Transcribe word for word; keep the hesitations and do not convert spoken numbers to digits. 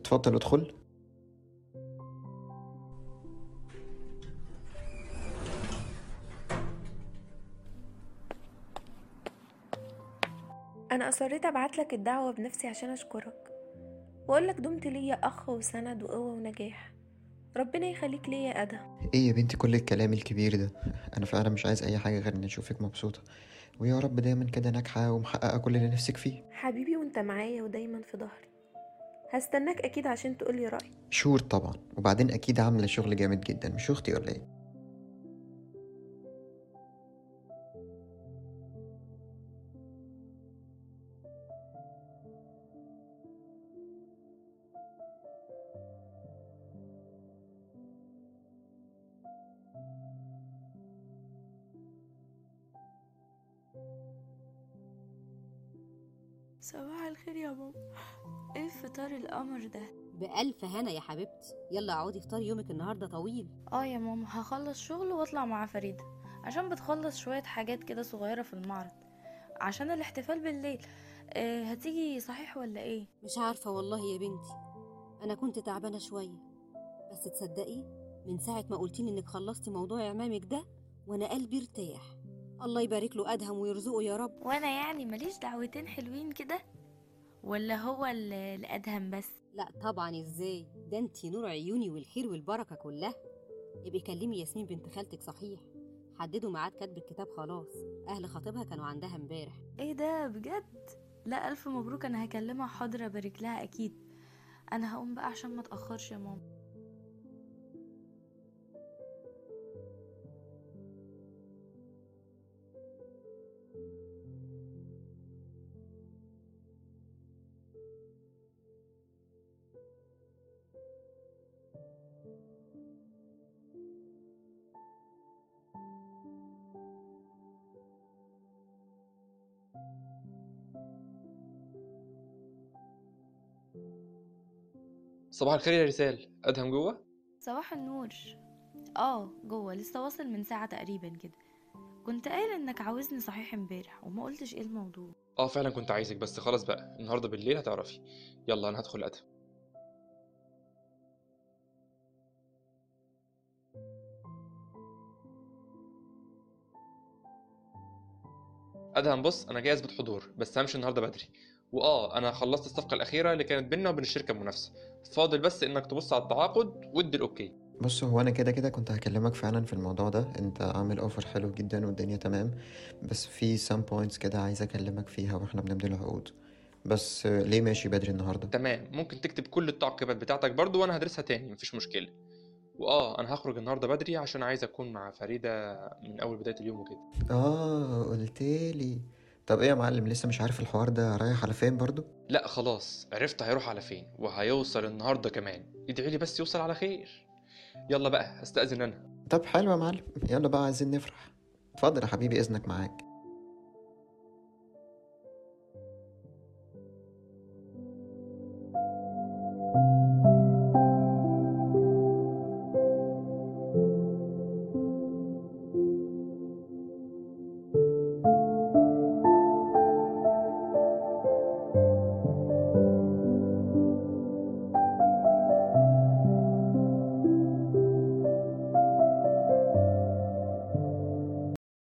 اتفضل ادخل. انا اصريت ابعتلك الدعوة بنفسي عشان اشكرك واقولك دمت ليا اخ وسند وقوة ونجاح. ربنا يخليك ليا يا ادهم. ايه يا بنتي كل الكلام الكبير ده؟ انا فعلا مش عايز اي حاجه غير ان اشوفك مبسوطه، ويا رب دايما كده ناجحه ومحققه كل اللي نفسك فيه. حبيبي وانت معايا ودايما في ظهري. هستناك اكيد عشان تقولي رأيك. شور طبعا، وبعدين اكيد عامله شغل جامد جدا، مش اختي ولا ايه؟ صباح الخير يا ماما. ايه فطار القمر ده؟ بألف هنا يا حبيبتي، يلا اقعدي افطري، يومك النهارده طويل. اه يا ماما، هخلص شغل واطلع مع فريدة عشان بتخلص شوية حاجات كده صغيرة في المعرض عشان الاحتفال بالليل. اه هتيجي صحيح ولا ايه؟ مش عارفه والله يا بنتي، انا كنت تعبانه شويه، بس تصدقي من ساعه ما قلتيني انك خلصتي موضوع اعمامك ده وانا قلبي ارتاح. الله يبارك له ادهم ويرزقه يا رب. وانا يعني ماليش دعوتين حلوين كده، ولا هو ال- الادهم بس؟ لا طبعا، ازاي ده انتي نور عيوني والخير والبركه كلها. يبقى كلمي ياسمين بنت خالتك صحيح، حددوا ميعاد كتب الكتاب خلاص، اهل خطيبها كانوا عندها امبارح. ايه ده بجد؟ لا الف مبروك، انا هكلمها حاضر ابارك لها اكيد. انا هقوم بقى عشان ما اتاخرش يا ماما. صباح الخير يا رسال، ادهم جوه؟ صباح النور. اه جوه، لسه واصل من ساعة تقريبا كده. كنت قايل انك عاوزني صحيح امبارح وما قلتش ايه الموضوع. اه فعلا كنت عايزك، بس خلاص بقى النهارده بالليل هتعرفي. يلا انا هدخل ادهم. ادهم بص، انا جاي اثبت حضور بس همشي النهارده بدري. واه انا خلصت الصفقه الاخيره اللي كانت بيننا وبين الشركه المنافسه. فاضل بس انك تبص على التعاقد وادي الاوكي. بص، هو انا كده كده كنت هكلمك فعلا في الموضوع ده، انت عامل اوفر حلو جدا والدنيا تمام، بس في سام بوينتس كده عايز اكلمك فيها واحنا بنمضي العقود. بس آه، ليه ماشي بدري النهارده؟ تمام، ممكن تكتب كل التعقيبات بتاعتك برضو وانا هدرسها تاني، مفيش مشكله. واه انا هخرج النهارده بدري عشان عايز اكون مع فريده من اول بدايه اليوم وكده. اه قلتلي. طب ايه يا معلم، لسه مش عارف الحوار ده رايح على فين برضو؟ لا خلاص عرفت هيروح على فين، وهيوصل النهارده كمان. ادعي لي بس يوصل على خير. يلا بقى هستأذن انا. طب حلو يا معلم، يلا بقى عايزين نفرح. اتفضل يا حبيبي، اذنك معاك.